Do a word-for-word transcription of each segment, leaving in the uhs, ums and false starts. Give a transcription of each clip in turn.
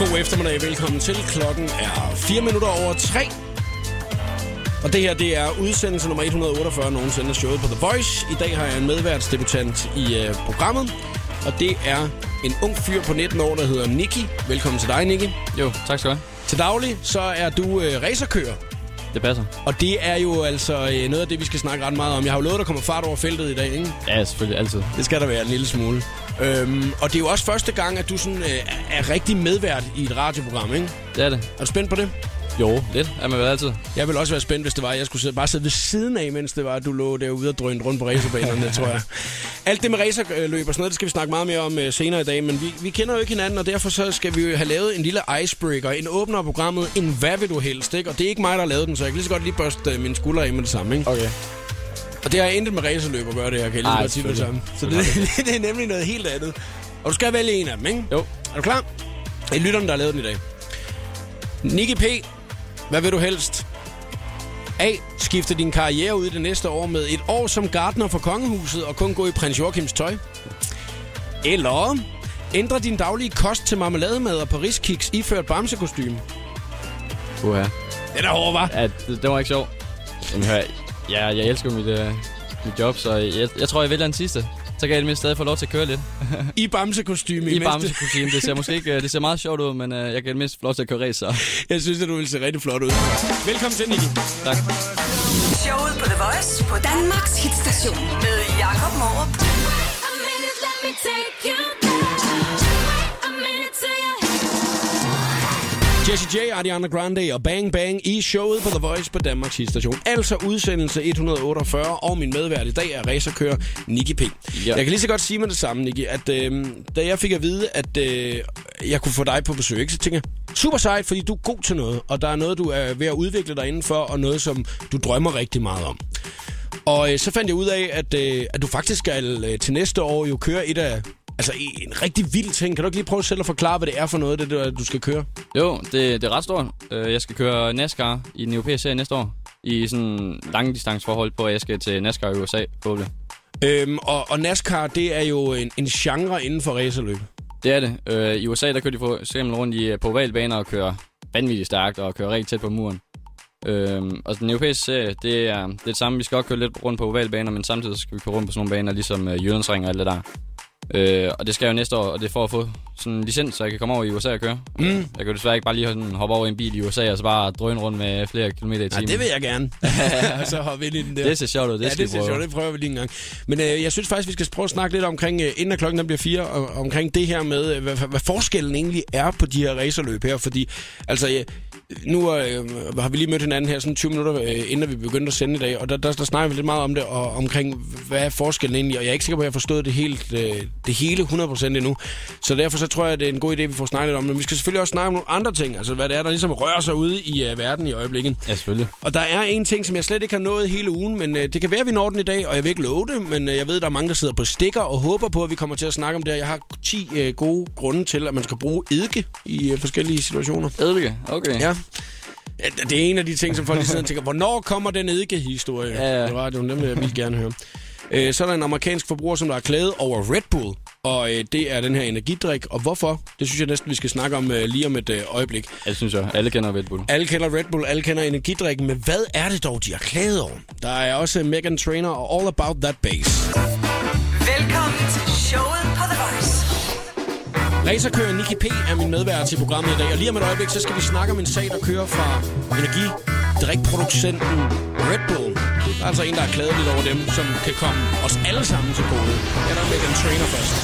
God eftermiddag, velkommen til. Klokken er fire minutter over tre. Og det her, det er udsendelse nummer et hundrede otteogfyrre nogensinde af showet på The Voice. I dag har jeg en medværtsdebutant i uh, programmet, og det er en ung fyr på nitten år, der hedder Nicky. Velkommen til dig, Nicky. Jo, tak skal du have. Til daglig, så er du uh, racerkører. Det passer. Og det er jo altså uh, noget af det, vi skal snakke ret meget om. Jeg har jo lovet, der kommer fart over feltet i dag, ikke? Ja, selvfølgelig, altid. Det skal der være en lille smule. Øhm, og det er jo også første gang, at du sådan, uh, er rigtig medvært i et radioprogram, ikke? Det er det. Er du spændt på det? Jo, lidt er man vel altid. Jeg ville også være spændt, hvis det var, at jeg skulle sidde, bare sidde ved siden af, mens det var, at du lå derude og drønede rundt på racerbanerne, tror jeg. Alt det med racerløb og sådan noget, det skal vi snakke meget mere om uh, senere i dag, men vi, vi kender jo ikke hinanden, og derfor så skal vi jo have lavet en lille icebreaker, en åbner af programmet, en hvad vil du helst, ikke? Og det er ikke mig, der har lavet den, så jeg kan lige så godt lige børste uh, mine skuldre af med det samme, ikke? Okay. Og det har intet med racerløb at gøre, det her, kan jeg lige godt sige det samme. Så det, det er nemlig noget helt andet. Og du skal vælge en af dem, ikke? Jo. Er du klar? Det er lytterne, der har lavet den i dag. Nicky P. Hvad vil du helst? A. Skifte din karriere ud i det næste år med et år som gartner for kongehuset og kun gå i prins Joachims tøj. Eller ændre din daglige kost til marmelademad og pariskiks iført bamsekostyme. Uha. Det er hårdt, hva'? Ja, det, det var ikke sjovt. Jamen, hør, ja, jeg elsker mit, uh, mit job, så jeg, jeg tror, jeg vælger den sidste. Så kan jeg mindst stadig få lov til at køre lidt. I bamsekostyme. I bamsekostyme. Det ser måske ikke, det ser meget sjovt ud, men uh, jeg kan mindst få lov til at køre racer. Jeg synes, at du vil se rigtig flot ud. Velkommen til, Nicky. Tak. Showet på The Voice på Danmarks hitstation med Jakob Morup. Jessie J, Ariana Grande og Bang Bang i showet på The Voice på Danmarks hitstation. Altså udsendelse et hundrede otteogfyrre, og min medvært i dag er racerkører Nicky P. Ja. Jeg kan lige så godt sige med det samme, Nicky, at øh, da jeg fik at vide, at øh, jeg kunne få dig på besøg, ikke, så tænker jeg, super sejt, fordi du er god til noget, og der er noget, du er ved at udvikle dig indenfor, og noget, som du drømmer rigtig meget om. Og øh, så fandt jeg ud af, at, øh, at du faktisk skal øh, til næste år jo køre et af... Altså en rigtig vild ting. Kan du ikke lige prøve selv at forklare, hvad det er for noget, det du skal køre? Jo, det, det er ret stort. Jeg skal køre NASCAR i den europæiske serie næste år. I sådan langdistanceforhold på, at jeg skal til NASCAR i U S A. Forhåbentlig. Øhm, og, og NASCAR, det er jo en, en genre inden for racerløb. Det er det. Øh, I U S A, der kører de for eksempel rundt i, på ovalbaner og kører vanvittigt stærkt og kører rigtig tæt på muren. Øhm, og den europæiske serie, det er, det er det samme. Vi skal også køre lidt rundt på ovalbaner, men samtidig skal vi køre rundt på sådan nogle baner, ligesom uh, Jyllandsring og alt det der. Øh, og det skal jeg jo næste år, og det er for at få sådan en licens, så jeg kan komme over i U S A og køre. Mm. Jeg kan jo desværre ikke bare lige sådan, hoppe over i en bil i U S A og så bare drøne rundt med flere kilometer i timen. Nej, det vil jeg gerne. Og så hoppe ind i den der. Det ser sjovt ud, det ja, skal det ser sjovt, det prøver vi lige en gang. Men øh, jeg synes faktisk, vi skal prøve at snakke lidt omkring, øh, inden klokken der bliver fire, og, omkring det her med, øh, hvad, hvad forskellen egentlig er på de her racerløb her. Fordi, altså, øh, nu øh, har vi lige mødt hinanden her sådan tyve minutter, øh, inden vi begyndte at sende i dag, og der, der, der snakker vi lidt meget om det, og omkring, hvad er forskellen egentlig, og jeg er ikke sikker på, at jeg har forstået det, helt, øh, det hele hundrede procent endnu. Så derfor så tror jeg, at det er en god idé, vi får snakket lidt om. Men vi skal selvfølgelig også snakke om nogle andre ting, altså hvad det er, der ligesom rører sig ude i uh, verden i øjeblikket. Ja, selvfølgelig. Og der er en ting, som jeg slet ikke har nået hele ugen, men uh, det kan være, at vi når den i dag, og jeg vil ikke love det, men uh, jeg ved, at der er mange, der sidder på stikker og håber på, at vi kommer til at snakke om det. Jeg har ti uh, gode grunde til, at man skal bruge eddike i uh, forskellige situationer. Eddike? Okay. Ja. Det er en af de ting, som folk lige sidder og tænker, hvornår kommer den eddike-historie? Ja, ja. Det var det, dem vil jeg vildt gerne høre. Så er der en amerikansk forbruger, som der er klaget over Red Bull, og øh, det er den her energidrik. Og hvorfor? Det synes jeg næsten, vi skal snakke om øh, lige om et øh, øjeblik. Jeg synes jeg. Alle kender Red Bull. Alle kender Red Bull, alle kender energidrikken, men hvad er det dog, de har klaget over? Der er også Meghan Trainor og All About That Bass. Velkommen til showet på The Voice. Racerkører Nicky P. er min medvært til programmet i dag, og lige om et øjeblik, så skal vi snakke om en sag, der kører fra energidrikproducenten Red Bull. Der er altså en, der har klaget lidt over dem, som kan komme os alle sammen til gode. Jeg er der Meghan Trainor først.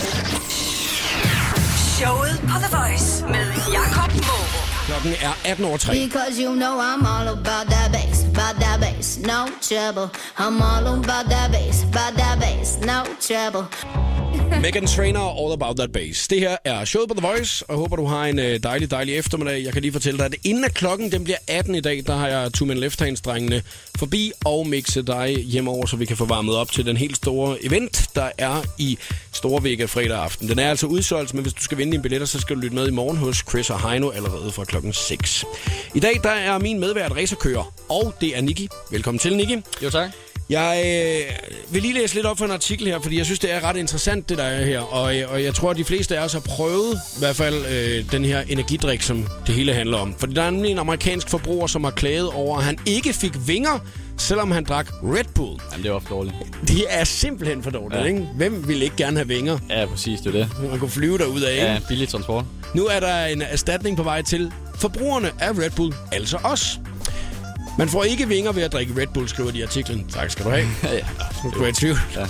Showet på The Voice med Jakob Morup. Klokken er atten over tre. Because you know I'm all about that bass, about that bass, no trouble. I'm all about that bass, about that bass, no trouble. Meghan Trainor og All About That Bass. Det her er showet på The Voice, og jeg håber, du har en øh, dejlig, dejlig eftermiddag. Jeg kan lige fortælle dig, at inden af klokken den bliver atten i dag, der har jeg Two Men Left Hands-drengene forbi og mixe dig hjemover, så vi kan få varmet op til den helt store event, der er i Storvega fredag aften. Den er altså udsolgt, men hvis du skal vinde dine billetter, så skal du lytte med i morgen hos Chris og Heino allerede fra klokken seks. I dag der er min medvært racerkører, og det er Nicky. Velkommen til, Nicky. Jo, tak. Jeg øh, vil lige læse lidt op for en artikel her, fordi jeg synes, det er ret interessant, det der er her. Og, øh, og jeg tror, at de fleste af os har prøvet, i hvert fald, øh, den her energidrik, som det hele handler om. Fordi der er nemlig en amerikansk forbruger, som har klaget over, at han ikke fik vinger, selvom han drak Red Bull. Jamen, det er ofte dårligt. Det er simpelthen for dårligt, ja. Ikke? Hvem ville ikke gerne have vinger? Ja, præcis, det er det. Man kunne flyve derud af, ikke? Ja, billig transport. Nu er der en erstatning på vej til forbrugerne af Red Bull, altså os. Man får ikke vinger ved at drikke Red Bull, skriver de i artiklen. Tak skal du have. Ja, ja. Nu er jeg i tvivl. Ja,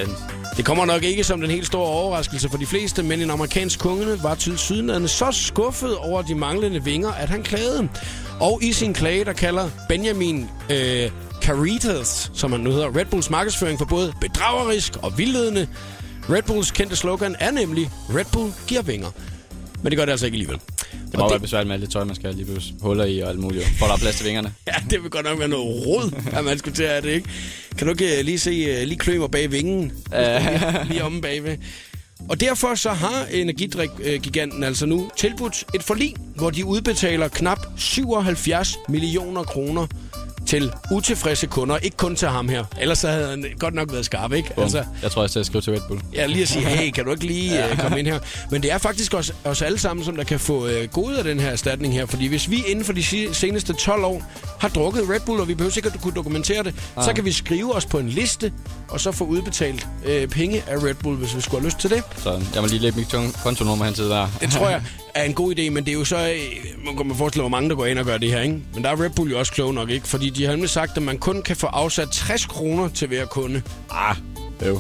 det kommer nok ikke som den helt store overraskelse for de fleste, men en amerikansk kunde var tilsyneladende så skuffet over de manglende vinger, at han klagede. Og i sin klage, der kalder Benjamin øh, Caritas, som han nu hedder, Red Bulls markedsføring for både bedragerisk og vildledende. Red Bulls kendte slogan er nemlig Red Bull giver vinger. Men det gør det altså ikke alligevel. Det må og være det... besværligt med alt det tøj, man skal have lige pludselig huller i og alt muligt. For der er plads til vingerne. Ja, det vil godt nok være noget rod, at man skulle til at det, ikke? Kan du ikke uh, lige se, uh, lige klø mig bag vingen? lige, lige omme bagved. Og derfor så har energidrik-giganten altså nu tilbudt et forlig, hvor de udbetaler knap syvoghalvfjerds millioner kroner til utilfredse kunder, ikke kun til ham her. Ellers så havde han godt nok været skarp, ikke? Altså, jeg tror, jeg skal skrive til Red Bull. Ja, lige at sige, hey, kan du ikke lige ja. uh, komme ind her? Men det er faktisk også os alle sammen, som der kan få uh, gode af den her erstatning her. Fordi hvis vi inden for de seneste tolv år har drukket Red Bull, og vi behøver sikkert at kunne dokumentere det, ja. Så kan vi skrive os på en liste, og så få udbetalt uh, penge af Red Bull, hvis vi skulle have lyst til det. Så jeg må lige lægge mit kontonummer hen til der. Det tror jeg er en god idé, men det er jo så... Man kan forestille, hvor mange der går ind og gør det her, ikke? Men der er Red Bull jo også klog nok, ikke? Fordi de har nemlig sagt, at man kun kan få afsat tres kroner til hver kunde. Ah, øv.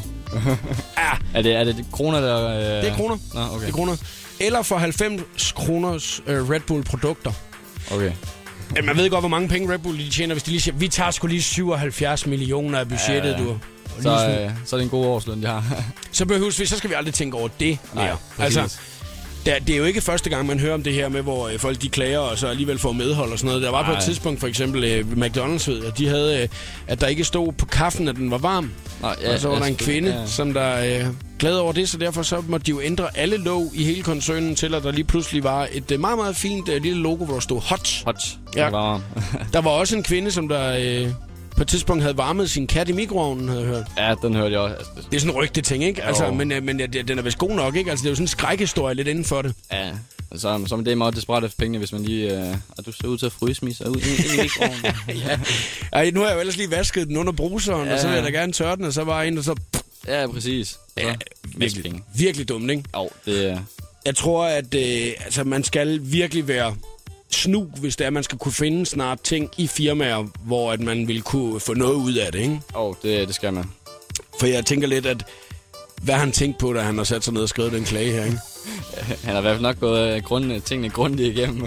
ah. Er det, er det kroner, der... Øh... Det er kroner. Nå, okay. Det er kroner. Eller for halvfems kroners øh, Red Bull-produkter. Okay. Man ved godt, hvor mange penge Red Bull de tjener, hvis de lige siger, vi tager sgu lige syvoghalvfjerds millioner af budgettet, ja, ja. Du. Så, øh, så er det en god årsløn, de har. Så behøves vi, så skal vi aldrig tænke over det mere. Nej, altså, der, det er jo ikke første gang, man hører om det her med, hvor øh, folk de klager, og så alligevel får medhold og sådan noget. Der var Nej. På et tidspunkt, for eksempel øh, McDonald's, ved, at de havde, øh, at der ikke stod på kaffen, at den var varm. Nej, ja, og så var der en kvinde, ja. Som der øh, glad over det, så derfor så måtte de jo ændre alle lov i hele koncernen til, at der lige pludselig var et øh, meget, meget fint øh, lille logo, hvor der stod hot. Hot. Ja. Var der var også en kvinde, som der... Øh, på et tidspunkt havde varmet sin kat i mikroovnen, havde jeg hørt. Ja, den hørte jeg også. Det er sådan en rygte ting, ikke? Altså, men men ja, den er vist god nok, ikke? Altså, det er jo sådan en skrækhistorie lidt inden for det. Ja, så, så det er meget desperat efter pengene, hvis man lige... Øh, at du ser ud til at fryse mig sig ud i mikroovnen. Ja. Ej, nu har jeg jo ellers lige vasket den under bruseren, ja. Og så vil jeg da gerne tørre den, og så var en, der så... Ja, præcis. Så, ja, virkelig, virkelig dumt, ikke? Jo, det er... Jeg tror, at øh, altså, man skal virkelig være... snu, hvis det er, man skal kunne finde snart ting i firmaer, hvor at man vil kunne få noget ud af det, ikke? Åh, oh, det, det skal man. For jeg tænker lidt, at hvad han tænkt på, da han har sat sig ned og skrevet den klage her, ikke? Han har i hvert fald nok gået grund, tingene grundigt igennem.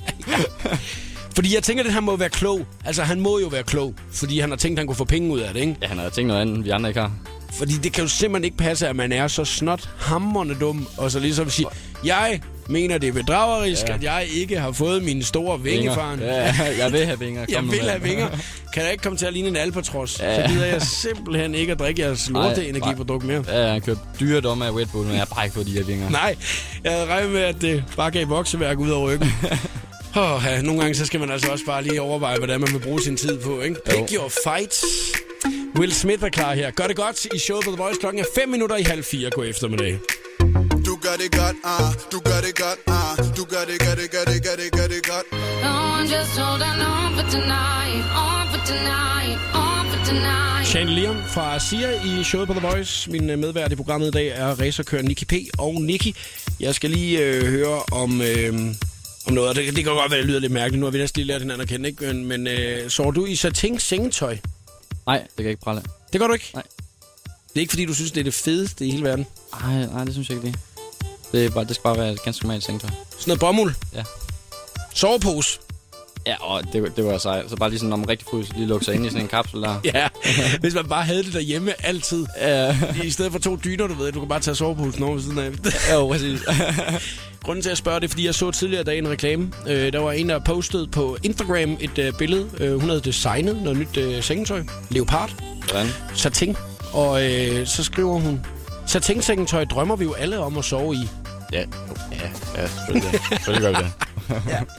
Fordi jeg tænker, at han må være klog. Altså, han må jo være klog, fordi han har tænkt, at han kunne få penge ud af det, ikke? Ja, han har tænkt noget andet, vi andre ikke har. Fordi det kan jo simpelthen ikke passe, at man er så snot hamrende dum, og så ligesom sige, jeg mener, det er bedragerisk, ja. At jeg ikke har fået mine store vingefaren. Ja, jeg vil have vinger. Jeg vil have vinger. Kan jeg ikke komme til at ligne en albatros, ja. Så gider jeg simpelthen ikke at drikke jeres lorte energiprodukt mere. Ja, jeg har købt dyre domme af Red Bull, men jeg har bare ikke fået de her vinger. Nej, jeg havde regnet med, at det bare gav vokseværk ud af ryggen. Oh, ja, nogle gange så skal man altså også bare lige overveje, hvordan man vil bruge sin tid på, ikke? Pick your fights. Will Smith er klar her. Gør det godt i showet på The Voice. Klokken er fem minutter i halv fire. God eftermiddag. Du gør det godt, ah. Du gør det godt, ah. Du gør det, gør det, gør det, gør det, gør det godt. No, just hold on for tonight, on for tonight, on for tonight. Chandelier fra Sia i showet på The Voice. Min medvært i programmet i dag er racerkører Nicki P. Og Nicki, jeg skal lige øh, høre om... Øh, om noget. Det, det kan godt være, det lyder lidt mærkeligt. Nu har vi næsten lige lært hinanden at kende, ikke? Men, men øh, sover du i satin sengetøj? Nej, det kan jeg ikke prale. Det gør du ikke? Nej. Det er ikke, fordi du synes, det er det fedeste i hele verden? Nej, nej, det synes jeg ikke, det det, er bare, det skal bare være et ganske normalt sengetøj. Sådan noget bomuld? Ja. Sovepose? Ja, og det, det var sejt. Så bare lige sådan, når man rigtig frys, lige lukke sig ind i sådan en kapsel der. Ja, hvis man bare havde det derhjemme altid. Ja. I stedet for to dyner, du ved, du kan bare tage soveposen over ved siden af. Ja, jo, præcis. Grunden til at spørge det, fordi jeg så tidligere i dag en reklame. Øh, der var en, der postede på Instagram et øh, billede. Øh, hun havde designet noget nyt øh, sengetøj. Leopard. Hvordan? Satin. Og øh, så skriver hun, satin-sengetøj drømmer vi jo alle om at sove i. Ja, ja, ja, selvfølgelig, selvfølgelig gør vi det. Ja.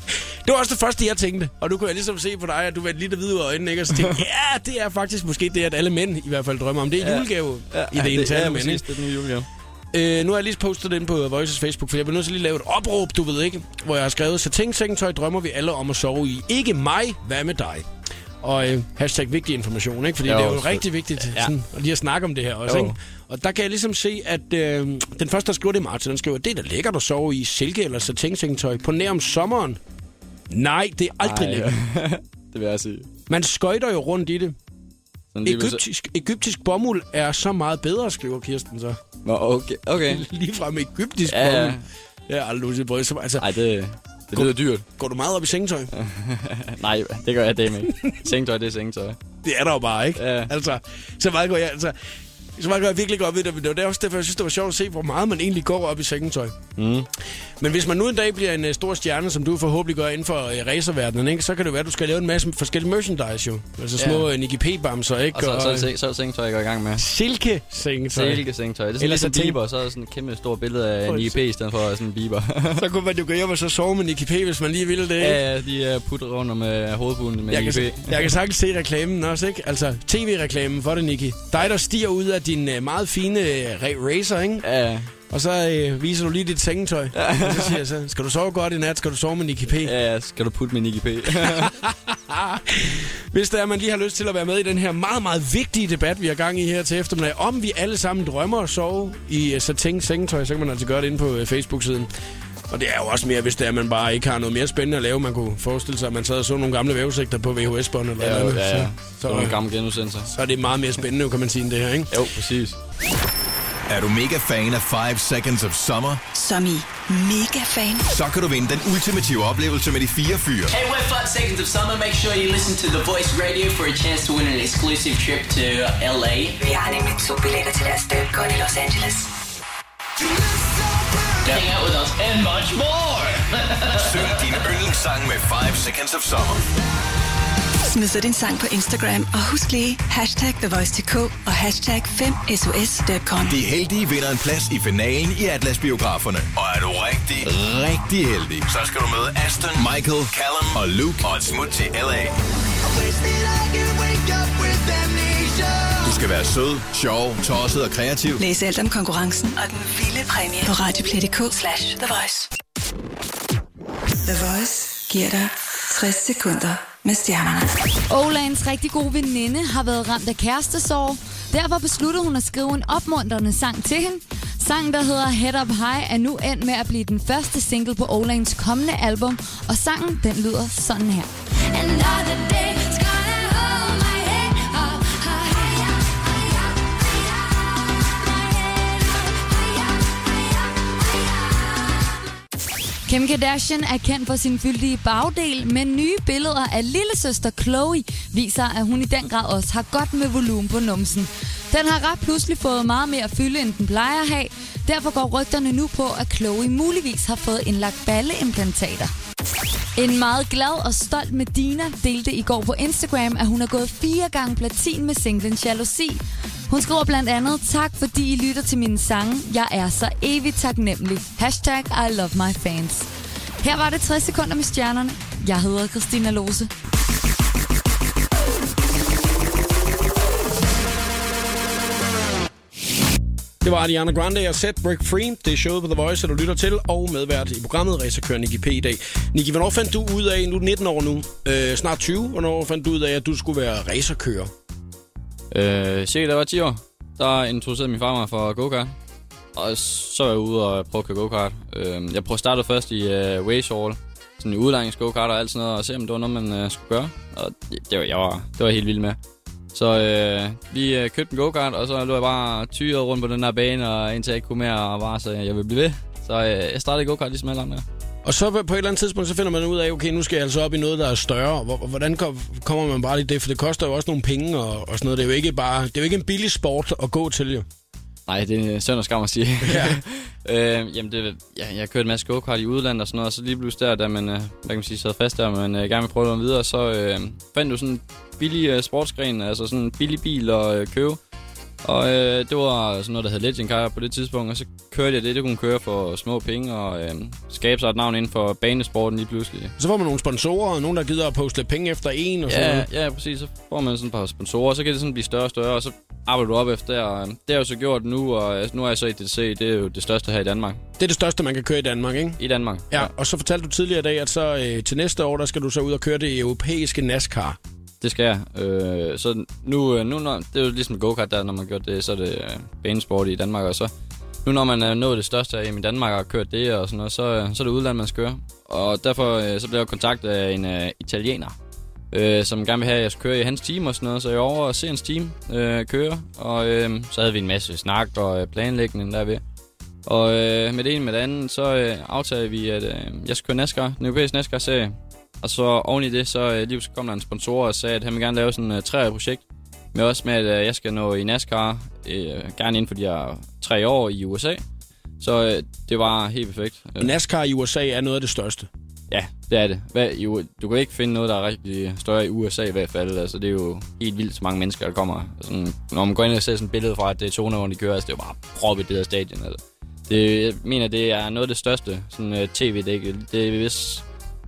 Det var også det første, jeg tænkte. Og nu kunne jeg ligesom se på dig, at du var lidt hvide ud af øjnene, ikke? Og så tænkte ja, det er faktisk måske det, at alle mænd i hvert fald drømmer om. Det er ja. julegave ja, i det ene tale, mænd, ikke? Det er den nye julegave. Øh, nu har jeg lige postet det ind på Voices Facebook, for jeg vil nødt til lige lave et opråb, du ved ikke, hvor jeg har skrevet, så tænk, sengetøj drømmer vi alle om at sove i. Ikke mig, hvad med dig? Og øh, hashtag vigtig information, ikke? Fordi jo, det er jo rigtig vigtigt ja. sådan, at lige at snakke om det her også, ikke? Og der kan jeg ligesom se, at øh, den første, der skriver det, Martin, den skriver, det er da lækkert at sove i silke eller satin-sengetøj på nær om sommeren. Nej, det er aldrig lækkert. Det vil jeg sige. Man skøjter jo rundt i det. Egyptisk, egyptisk bomuld er så meget bedre, skriver Kirsten så. Nå, okay. okay. Lige fra med egyptisk ja, bomuld. Ja. Jeg har aldrig nogensinde prøvet. Altså, Ej, det, det lyder dyrt. Går du meget op i sengetøj? Nej, det gør jeg det ikke. Sengetøj, det er sengetøj. Det er der jo bare, ikke? Ja. Altså, så meget går jeg... Altså, så meget går jeg virkelig godt ved det. Det er også derfor, jeg synes, det var sjovt at se, hvor meget man egentlig går op i sengetøj. Mm. Men hvis man nu en dag bliver en uh, stor stjerne, som du forhåbentlig gør inden for uh, racerverdenen, ikke, så kan det være, at du skal lave en masse forskellige merchandise, jo. Altså små ja. Nicky P-bamser, ikke? Og så, og, så, så, så er det sengetøj, jeg går i gang med. Silke-sengetøj. Silke-sengetøj. Det er sådan ligesom Bieber, så er der sådan et kæmpe stort billede af Nicky P i stedet for sådan en Bieber. Så kunne man jo gå hjem og så sove med Nicky P, hvis man lige ville det, ikke? Ja, de er puttet rundt om uh, hovedbunden med jeg Nicky kan, P. Jeg kan sagtens se reklamen også, ikke? Altså, tv-reklamen for det, Nicky. Dig, der stiger ud af din uh, meget fine uh, racer, ikke? Ja. Og så øh, viser du lige dit sengetøj. Ja. Og så siger jeg så, skal du sove godt i nat? Skal du sove med Nicky P? Ja, skal du putte med Nicky P? Hvis der er, man lige har lyst til at være med i den her meget, meget vigtige debat, vi har gang i her til eftermiddag, om vi alle sammen drømmer at sove i uh, satin sengetøj, så kan man altså gøre det inde på uh, Facebook-siden. Og det er jo også mere, hvis det er, at man bare ikke har noget mere spændende at lave. Man kunne forestille sig, at man sad og så nogle gamle vævesigter på V H S-bånd eller ja, noget. Ja, ja. Så, så, nogle gamle genudsendelser. Så er det meget mere spændende, kan man sige, end det her, ikke? Jo, præcis. Er du mega fan af five seconds of Summer? Som i mega fan? Så kan du vinde den ultimative oplevelse med de fire fyre. Hey, we're five seconds of Summer. Make sure you listen to The Voice Radio for a chance to win an exclusive trip to L A. Vi har nemlig to billetter til deres støbgård i Los Angeles. Hang out with us and much more. Syng din yndlingssang med five seconds of Summer. Smid så din sang på Instagram, og husk lige hashtag The Voice to K og hashtag fem S O S punktum com. De heldige vinder en plads i finalen i Atlas-biograferne. Og er du rigtig, rigtig heldig, så skal du møde Aston, Michael, Callum og Luke og et smut til L A. Du skal være sød, sjov, tosset og kreativ. Læs alt om konkurrencen og den vilde præmie på radioplay punktum d k slash The Voice. The Voice giver dig tres sekunder med stjernerne. Olaens rigtig gode veninde har været ramt af kærestesorg. Derfor besluttede hun at skrive en opmuntrende sang til hende. Sangen, der hedder Head Up High, er nu endt med at blive den første single på Olaens kommende album. Og sangen, den lyder sådan her. Another day. Kim Kardashian er kendt for sin fyldige bagdel, men nye billeder af lillesøster Khloe viser, at hun i den grad også har godt med volumen på numsen. Den har ret pludselig fået meget mere fylde, end den plejer at have. Derfor går rygterne nu på, at Khloe muligvis har fået indlagt balleimplantater. En meget glad og stolt Medina delte i går på Instagram, at hun har gået fire gange platin med singlen Jalousi. Hun skriver blandt andet, tak fordi I lytter til mine sange. Jeg er så evigt taknemmelig. Hashtag I love my fans. Her var det tres sekunder med stjernerne. Jeg hedder Christina Lose. Det var Ariana Grande og Set Break Free. Det er showet på The Voice, du lytter til, og medvært i programmet racerkører Nicky P i dag. Nicky, hvornår fandt du ud af, nu er du nitten år nu, øh, snart tyve, hvornår fandt du ud af, at du skulle være racerkører? Øh, cirka da jeg var ti år, der introducerede min far mig for go-kart. Og så var jeg ude og prøve at køre go-kart. Øh, jeg prøvede at starte først i uh, Racehall, sådan i udlejnings-go-kart og alt sådan noget, og se om det var noget, man uh, skulle gøre. Og det var jeg var, det var jeg helt vild med. Så øh, vi øh, købte en go-kart, og så lå jeg bare tyret rundt på den her bane, og indtil jeg ikke kunne mere, og bare så jeg ville blive ved. Så øh, jeg startede go-kart ligesom alle andre. Og så på et eller andet tidspunkt, så finder man ud af, okay, nu skal jeg altså op i noget, der er større. Hvordan kommer man bare i det? For det koster jo også nogle penge og, og sådan noget. Det er jo ikke bare, det er jo ikke en billig sport at gå til, jo. Nej, det er synd og skam at sige. Ja. øh, jamen, det, ja, jeg har kørt en masse go-kart i udlandet og sådan noget, og så lige pludselig der, da man, hvad kan man sige, sad fast der, men øh, gerne vil prøve noget videre, så øh, fandt du sådan en billig øh, sportsgren, altså sådan en billig bil at øh, købe. Og øh, det var sådan noget, der hed Legend Car på det tidspunkt, og så kørte jeg det. Det kunne køre for små penge og øh, skabe sig et navn inden for banesporten lige pludselig. Så får man nogle sponsorer, og nogen, der gider at poste lidt penge efter en og sådan ja, noget. Ja, præcis. Så får man sådan et par sponsorer, og så kan det sådan blive større og større, og så arbejder du op efter. Og det har jeg jo så gjort nu, og nu er jeg så i D T C. Det er jo det største her i Danmark. Det er det største, man kan køre i Danmark, ikke? I Danmark. Ja, ja. Og så fortalte du tidligere i dag, at så øh, til næste år, der skal du så ud og køre det europæiske NASCAR. Det skal jeg. Øh, så nu, nu når, det er jo ligesom go-kart der, når man gør det, så er det øh, banesport i Danmark, og så nu når man er nået det største af i Danmark og har kørt det og sådan noget, så, så er det udlandet, man skal køre. Og derfor øh, så blev jeg kontaktet af en øh, italiener, øh, som gerne vil have, at jeg skal køre i hans team og sådan noget, så jeg er over og se hans team øh, køre, og øh, så havde vi en masse snak og øh, planlægning derved. Og øh, med det ene med det andet, så øh, aftalte vi, at øh, jeg skal køre NASCAR, den europæiske NASCAR-serie. Og så oven i det, så øh, lige så kom der en sponsor og sagde, at han vil gerne lave sådan et uh, treårigt projekt. Med også med, at uh, jeg skal nå i NASCAR, øh, gerne inden for de her tre år i U S A. Så øh, det var helt perfekt. NASCAR i U S A er noget af det største. Ja, det er det. Hvad, jo, du kan ikke finde noget, der er rigtig større i U S A i hvert fald. Altså, det er jo helt vildt så mange mennesker, der kommer. Sådan, når man går ind og ser sådan et billede fra, at det er Daytona, hvor de kører, altså, det er jo bare proppet det her stadion. Altså. Det, jeg mener, det er noget af det største sådan, uh, tv-dæk. Det er vist...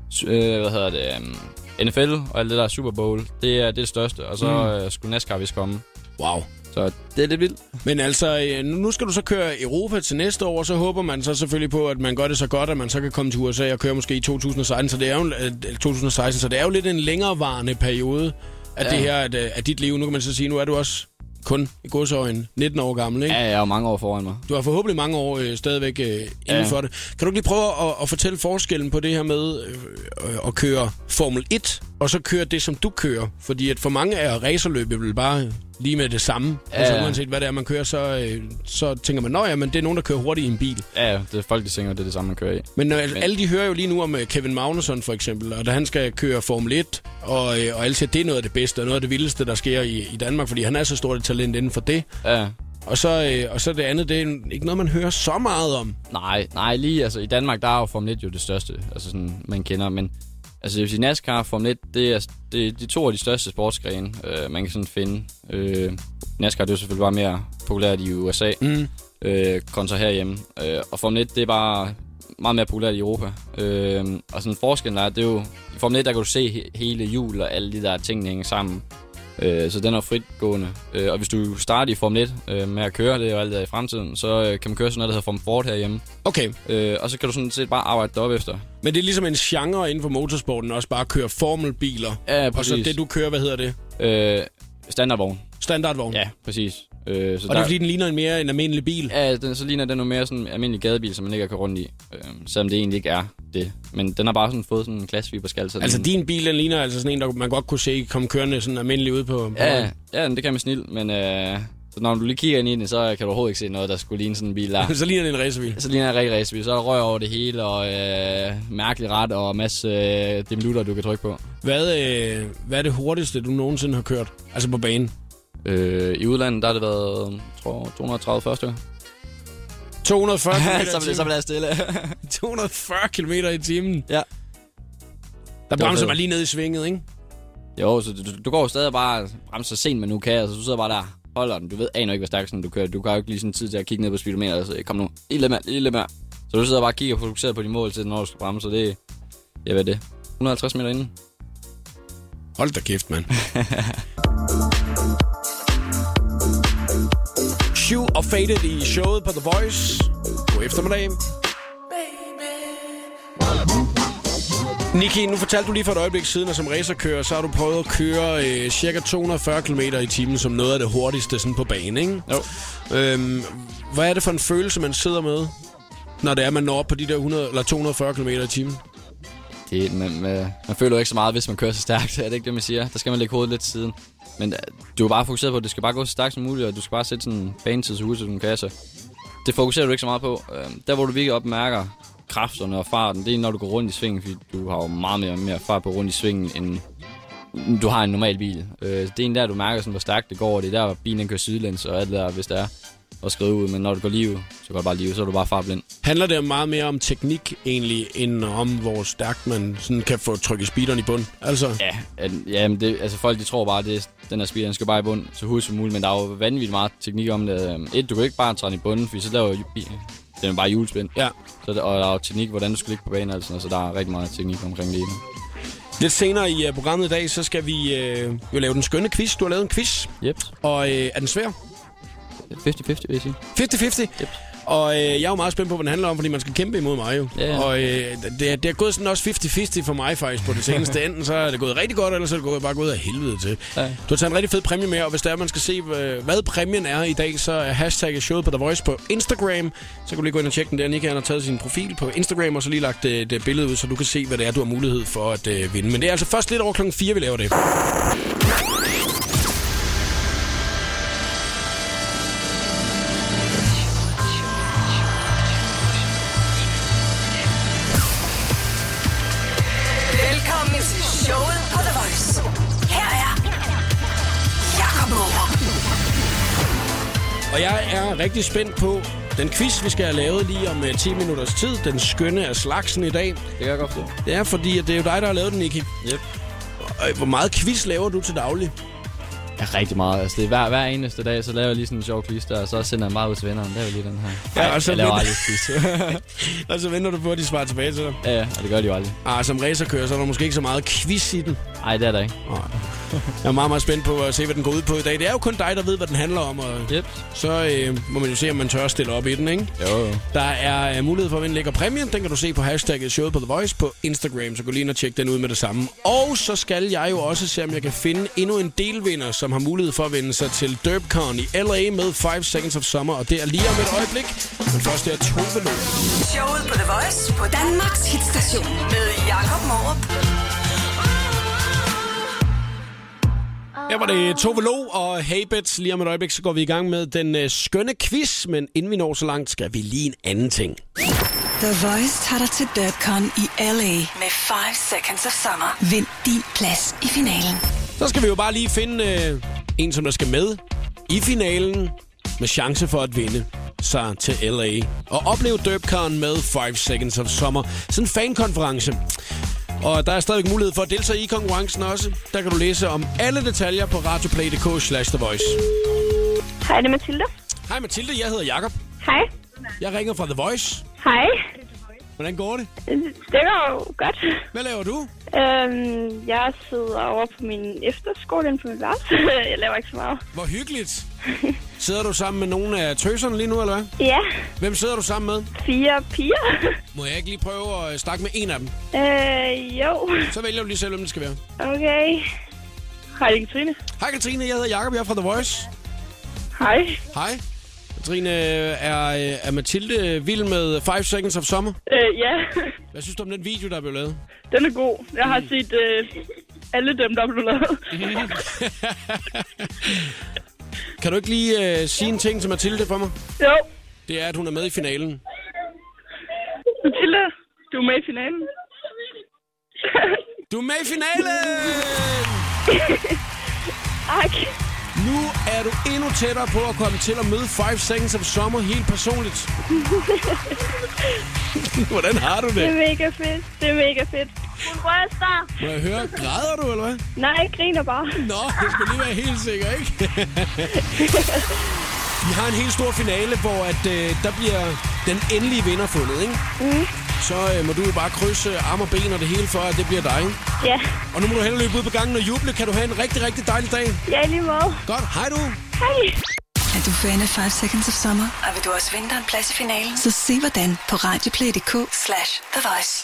Øh, hvad hedder det, um, N F L og alt det der Super Bowl, det er det, er det største, og så mm. øh, skulle NASCAR vist komme. Wow. Så det er lidt vildt. Men altså, nu skal du så køre Europa til næste år, og så håber man så selvfølgelig på, at man gør det så godt, at man så kan komme til U S A og køre måske i to tusind og seksten, så det er jo, to tusind og seksten, så det er jo lidt en længerevarende periode af ja. det her, at, af dit liv. Nu kan man så sige, nu er du også kun i godsøjne nitten år gammel, ikke? Ja, jeg er jo mange år foran mig. Du har forhåbentlig mange år øh, stadigvæk øh, inden ja. for det. Kan du ikke lige prøve at, at fortælle forskellen på det her med øh, at køre Formel et, og så køre det, som du kører? Fordi at for mange er racerløbet vel bare lige med det samme. Ja. Altså uanset hvad det er, man kører, så, øh, så tænker man, nå ja, men det er nogen, der kører hurtigt i en bil. Ja, det er folk, de tænker, det er det samme, man kører i. Men øh, alle de hører jo lige nu om uh, Kevin Magnussen for eksempel, og da han skal køre Formel et, og, øh, og alle siger, det er noget af det bedste, og noget af det vildeste, der sker i, i Danmark, fordi han er så stort et talent inden for det. Ja. Og så, øh, og så det andet, det er ikke noget, man hører så meget om. Nej, nej, lige altså i Danmark, der er jo Formel et jo det største, altså sådan, man kender, men altså jeg vil sige, NASCAR og Formel et, det er, det er de to af de største sportsgrene, øh, man kan sådan finde. Øh, NASCAR, det er jo selvfølgelig bare mere populært i U S A, mm. øh, kontra herhjemme. Øh, og Formel et, det er bare meget mere populært i Europa. Øh, og sådan forskellen er, det er jo, i Formel et, der kan du se he- hele hjul og alle de der ting, der hænger sammen. Øh, så den er fritgående. Øh, og hvis du starter i Formel et øh, med at køre, det er jo alt der i fremtiden, så øh, kan man køre sådan noget, der hedder Formel Ford herhjemme. Okay. Øh, og så kan du sådan set bare arbejde derop efter. Men det er ligesom en genre inden for motorsporten, også bare at køre formelbiler. Ja, præcis. Og så det, du kører, hvad hedder det? Øh, standardvogn. Standardvogn? Ja, præcis. Øh, så og det er fordi, den ligner en mere en almindelig bil? Ja, den, så ligner den noget mere sådan en almindelig gadebil, som man ikke kan køre rundt i. Øh, selvom det egentlig ikke er det. Men den har bare sådan fået sådan en glasfiberskal. Altså den, din bil, den ligner altså sådan en, der man godt kunne se komme kørende sådan almindelig ud på... på ja, ja, det kan man snil, men... Øh, så når du lige kigger ind i den, så kan du overhovedet ikke se noget, der skulle ligne sådan en bil der. Så ligner det en racerbil? Så ligner det en rigtig racerbil. Så er der røg over det hele, og øh, mærkelig ret, og masse øh, dimelutter, du kan trykke på. Hvad, øh, hvad er det hurtigste, du nogensinde har kørt? Altså på banen? Øh, I udlandet, der har det været, jeg tror, to hundrede og tredive første. to hundrede og fyrre kilometer i timen? Så bliver jeg stille. to hundrede og fyrre kilometer i timen? Ja. Der bremser man lige ned i svinget, ikke? Jo, så du, du går jo stadig bare bremser så sent, man nu kan, altså du sidder bare der, holder den. Du ved aner ikke, hvor stærkt sådan du kører. Du kan jo ikke lige sådan tid til at kigge ned på speedometer, altså kom nu, lige lidt mere, lige lidt mere. Så du sidder bare og kigger og fokuserer på de mål til, når du skal bremse, så det er, jeg ved det, et hundrede og halvtreds meter inden. Hold da kæft, mand. Shoe og Faded i showet på The Voice. God eftermiddag. Niki, nu fortalte du lige for et øjeblik siden, at som racerkører, så har du prøvet at køre øh, cirka to hundrede og fyrre kilometer i timen som noget af det hurtigste sådan på banen, ikke? Jo. Øhm, hvad er det for en følelse, man sidder med, når det er, man når op på de der hundrede eller to hundrede og fyrre kilometer i timen? Det, man, man, man føler jo ikke så meget, hvis man kører så stærkt. Er det ikke det, man siger? Der skal man lægge hovedet lidt til siden. Men du er bare fokuseret på, at det skal bare gå så stærkt som muligt, og du skal bare sætte sådan en banetid så hurtigt, som du kan. Så det fokuserer du ikke så meget på. Der, hvor du virkelig opmærker kræfterne og farten, det er, når du går rundt i svingen, fordi du har jo meget mere, mere fart på rundt i svingen, end du har en normal bil. Det er en der, du mærker, sådan, hvor stærkt det går, og det er der, bilen kører sidelæns og alt det der, hvis det er at skrive ud. Men når du går live, så går det bare live, så er du bare fartblind. Handler det meget mere om teknik egentlig, end om hvor stærkt man sådan kan få trykket speederen i bund? Altså. Ja, ja men det, altså folk de tror bare, det, den her speed, den skal bare i bund så hurtigt som muligt, men der er jo vanvittigt meget teknik om det. Et, du kan ikke bare træne i bunden, fordi så laver den er bare hjulspind. Ja. Så der, og der er jo teknik, hvordan du skal ligge på banen, altså, så der er rigtig meget teknik omkring det. Lidt senere i uh, programmet i dag, så skal vi uh, jo lave den skønne quiz. Du har lavet en quiz. Yep. Og uh, er den svær? halvtreds halvtreds, vil jeg sige. halvtreds halvtreds? Yep. Og øh, jeg er jo meget spændt på, hvad den handler om, fordi man skal kæmpe imod mig jo. Ja, ja. Og øh, det, er, det er gået sådan også halvtreds halvtreds for mig faktisk på det seneste. Enten så er det gået rigtig godt, eller så er det gået, bare gået af helvede til. Ja. Du har taget en rigtig fed præmie med, og hvis der er, man skal se, hvad præmien er i dag, så er hashtagget showet på The Voice på Instagram. Så kan du lige gå ind og tjekke den der. Nika har taget sin profil på Instagram, og så lige lagt det, det billede ud, så du kan se, hvad det er, du har mulighed for at øh, vinde. Men det er altså først lidt over klokken fire, vi laver det. Showet på The Voice. Her er Jakob Morup. Og jeg er rigtig spændt på den quiz, vi skal have lavet lige om uh, ti minutters tid. Den skønne af slagsen i dag. Det kan jeg godt forstå. Det er fordi, at det er jo dig, der har lavet den, Niki. Yep. Og, hvor meget quiz laver du til daglig? Ja, rigtig meget. Altså, det er hver, hver eneste dag, så laver jeg lige sådan en sjov quiz der, og så sender jeg meget ud til vennerne. Det er jo lige den her. Ja, og så jeg laver venter... aldrig quiz. Og så venter du på, at de svarer tilbage til dig. Ja, ja, og det gør de jo aldrig. Ah, som racerkører, så er der måske ikke så meget quiz i den. Nej, det er der ikke. Oh. Jeg er meget, meget spændt på at se, hvad den går ud på i dag. Det er jo kun dig, der ved, hvad den handler om. Og yep. Så øh, må man jo se, om man tør at stille op i den, ikke? Jo, jo. Der er uh, mulighed for at vinde lækker præmien. Den kan du se på hashtagget showet på The Voice på Instagram. Så gå lige ind og tjek den ud med det samme. Og så skal jeg jo også se, om jeg kan finde endnu en delvinder, som har mulighed for at vinde sig til Derpcon i L A med five seconds of Summer. Og det er lige om et øjeblik. Men først er Tove Lo. Showet på The Voice på Danmarks hitstation med Jakob Morup. Her var det Tove Lo og Habits. Lige om et øjeblik, så går vi i gang med den øh, skønne quiz. Men inden vi når så langt, skal vi lige en anden ting. The Voice tager dig til Derpcon i L A med five seconds of Summer. Vind din plads i finalen. Så skal vi jo bare lige finde øh, en, som der skal med i finalen med chance for at vinde sig til L A. Og opleve Derpcon med five seconds of Summer. Sådan en fankonference. Og der er stadig mulighed for at deltage i konkurrencen også. Der kan du læse om alle detaljer på radioplay punktum d k slash the voice. Hej, det er Mathilde. Hej Mathilde, jeg hedder Jakob. Hej. Jeg ringer fra The Voice. Hej. Hvordan går det? Det går jo godt. Hvad laver du? Øhm, jeg sidder over på min efterskole inde på min værelse. Jeg laver ikke så meget. Hvor hyggeligt. Sidder du sammen med nogle af tøserne lige nu, eller hvad? Ja. Hvem sidder du sammen med? Fire piger. Må jeg ikke lige prøve at snakke med en af dem? Øh, jo. Så vælger du lige selv, hvem det skal være. Okay. Hej, det er Katrine. Hej Katrine, jeg hedder Jakob, jeg er fra The Voice. Hej. Hej. Katrine, er, er Mathilde vild med five seconds of Summer? Øh, ja. Hvad synes du om den video, der er blevet lavet? Den er god. Jeg har set øh, alle dem, der er blevet lavet. Kan du ikke lige uh, sige en ting til Mathilde for mig? Jo. Det er, at hun er med i finalen. Mathilde, du er med i finalen. Du er med i finalen! Tak. Nu er du endnu tættere på at komme til at møde five seconds of Summer helt personligt. Hvordan har du det? Det er mega fedt. Det er mega fedt. Hun ryster. Må jeg høre, græder du, eller hvad? Nej, jeg griner bare. Nå, det skal lige være helt sikker, ikke? Vi har en helt stor finale, hvor at, øh, der bliver den endelige vinder fundet, ikke? Mm. Så øh, må du jo bare krydse arm og ben og det hele for, at det bliver dig, ikke? Ja. Og nu må du hellere løbe ud på gangen og juble. Kan du have en rigtig, rigtig dejlig dag? Ja, lige måde. Godt. Hej du. Hej. Er du fan af five seconds of Summer? Og vil du også vinde en plads i finalen? Så se hvordan på radioplay punktum d k slash the voice.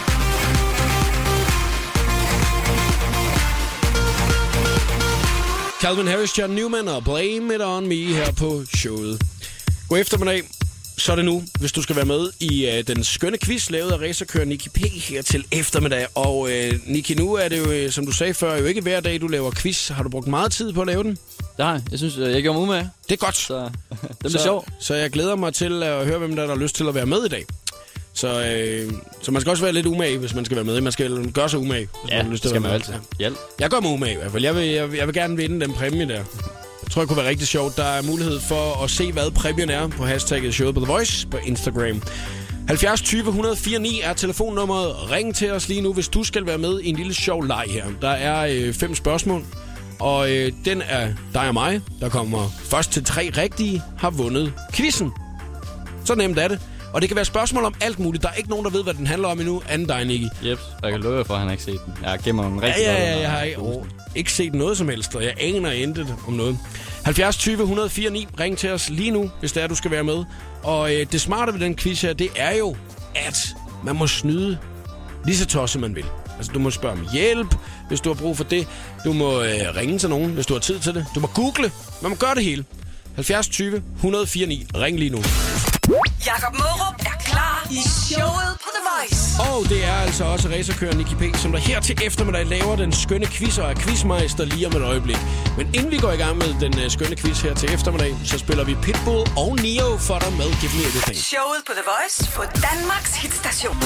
Calvin Harris, John Newman og Blame It On Me her på showet. God eftermiddag. Så er det nu, hvis du skal være med i uh, den skønne quiz, lavet af racerkører Niki P. her til eftermiddag. Og uh, Niki, nu er det jo, som du sagde før, jo ikke hver dag, du laver quiz. Har du brugt meget tid på at lave den? Nej, jeg synes, jeg gjorde mig umage. Det er godt. Så det bliver sjovt. Så jeg glæder mig til at høre, hvem der, der har lyst til at være med i dag. Så, øh, så man skal også være lidt umage, hvis man skal være med. Man skal gøre sig umage, hvis ja, man har lyst til skal at være man med. altid. Ja. Jeg gør mig umage i hvert fald. Jeg vil, jeg, vil, jeg vil gerne vinde den præmie der. Jeg tror, det kunne være rigtig sjovt. Der er mulighed for at se, hvad præmien er på hashtagget showet på The Voice på Instagram. halvfjerds tyve et nul fire ni er telefonnummeret. Ring til os lige nu, hvis du skal være med i en lille sjov leg her. Der er øh, fem spørgsmål, Og øh, den er dig og mig, der kommer først til tre rigtige, har vundet quizzen. Så nemt er det. Og det kan være spørgsmål om alt muligt. Der er ikke nogen, der ved, hvad den handler om endnu, anden dig, Nicky. Yep, jeg kan love for, at han har ikke set den. Jeg gemmer den rigtig ja, godt. Ja, ja, jeg har ikke, oh, ikke set noget som helst, og jeg aner intet om noget. halvfjerds tyve et nul fire ni. Ring til os lige nu, hvis det er, du skal være med. Og øh, det smarte ved den quiz her, det er jo, at man må snyde lige så tosset, man vil. Altså, du må spørge om hjælp, hvis du har brug for det. Du må øh, ringe til nogen, hvis du har tid til det. Du må google. Man må gøre det hele. halvfjerds tyve et nul fire ni. Ring lige nu. Jakob Mårup er klar i showet på The Voice. Og det er altså også racerkører Nicky P, som der her til eftermiddag laver den skønne quiz og er quizmeister lige om et øjeblik. Men inden vi går i gang med den uh, skønne quiz her til eftermiddag, så spiller vi Pitbull og Neo for dig med Give Me Everything. Showet på The Voice på Danmarks hitstation.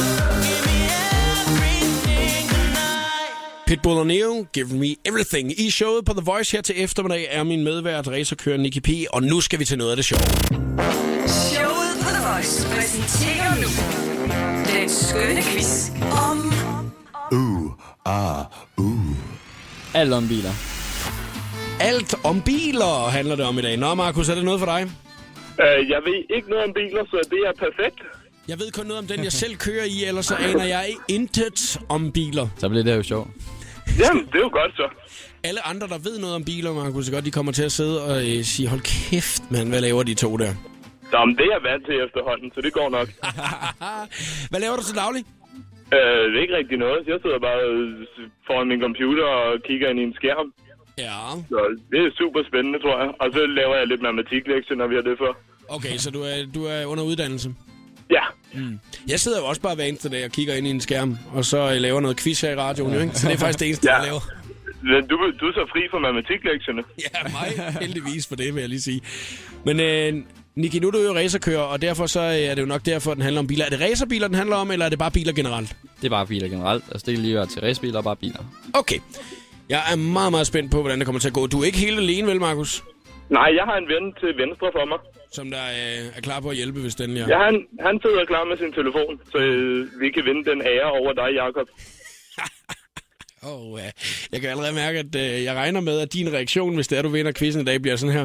Pitbull og Neo, Give Me Everything. I showet på The Voice her til eftermiddag er min medvært racerkører Nicky P, og nu skal vi til noget af det sjove. Showet på The Voice præsenterer nu den skønne quiz om... Uh, ah, uh. Alt om biler. Alt om biler handler det om i dag. Nå, Markus, er det noget for dig? Uh, jeg ved ikke noget om biler, så det er perfekt. Jeg ved kun noget om den, jeg selv kører i, ellers så aner jeg intet om biler. Så bliver det jo sjovt. Jamen, det er jo godt så. Alle andre, der ved noget om biler, Markus, så godt, de kommer til at sidde og øh, sige, hold kæft, mand, hvad laver de to der? Jamen, det er jeg vant til efterhånden, så det går nok. Hvad laver du til daglig? Uh, det er ikke rigtig noget. Jeg sidder bare foran min computer og kigger ind i en skærm. Ja. Så det er super spændende, tror jeg. Og så laver jeg lidt matematiklektier, når vi har det for. Okay, så du er, du er under uddannelse? Ja. Mm. Jeg sidder jo også bare hver eneste dag og kigger ind i en skærm, og så laver noget quiz her i radioen, jo, ikke? Så det er faktisk det eneste, ja. Jeg laver. Du, du er så fri for matematiklektierne. Ja, mig heldigvis for det, vil jeg lige sige. Men øh, Nicky, nu er du jo racerkører, og derfor så er det jo nok derfor, den handler om biler. Er det racerbiler, den handler om, eller er det bare biler generelt? Det er bare biler generelt. Altså, det kan lige være til racerbiler og bare biler. Okay. Jeg er meget, meget spændt på, hvordan det kommer til at gå. Du er ikke helt alene, vel, Markus? Nej, jeg har en ven til venstre for mig. Som der øh, er klar på at hjælpe, hvis den er. Ja, han, han sidder klar med sin telefon, så øh, vi kan vinde den ære over dig, Jakob. Oh, uh, jeg kan allerede mærke, at uh, jeg regner med, at din reaktion, hvis det er, du vinder quizzen i dag, bliver sådan her.